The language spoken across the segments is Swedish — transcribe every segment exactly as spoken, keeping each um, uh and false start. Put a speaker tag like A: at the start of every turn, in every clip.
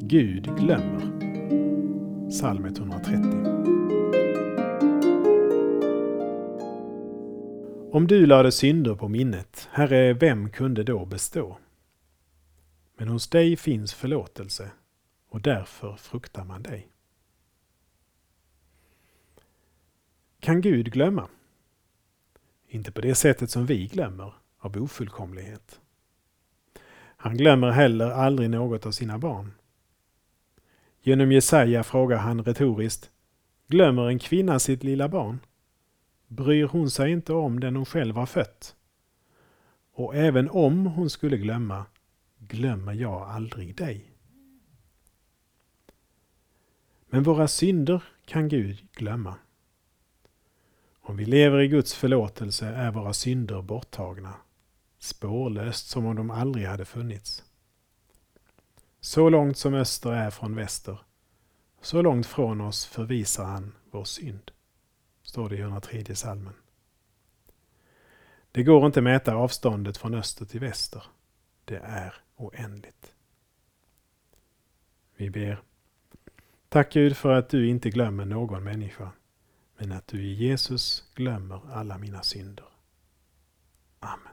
A: Gud glömmer. Psalm etthundratrettio. Om du lade synder på minnet, Herre, vem kunde då bestå? Men hos dig finns förlåtelse, och därför fruktar man dig. Kan Gud glömma? Inte på det sättet som vi glömmer, av ofullkomlighet. Han glömmer heller aldrig något av sina barn. Genom Jesaja frågar han retoriskt: glömmer en kvinna sitt lilla barn? Bryr hon sig inte om den hon själv har fött? Och även om hon skulle glömma, glömmer jag aldrig dig. Men våra synder kan Gud glömma. Om vi lever i Guds förlåtelse är våra synder borttagna, spårlöst som om de aldrig hade funnits. Så långt som öster är från väster, så långt från oss förvisar han vår synd, står det i etthundratredje psalmen. Det går inte att mäta avståndet från öster till väster. Det är oändligt. Vi ber: tack Gud för att du inte glömmer någon människa, men att du i Jesus glömmer alla mina synder. Amen.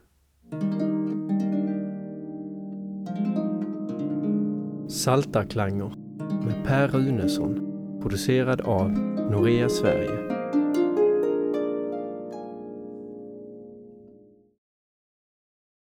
B: Saltarklanger med Per Runesson, producerad av Norea Sverige.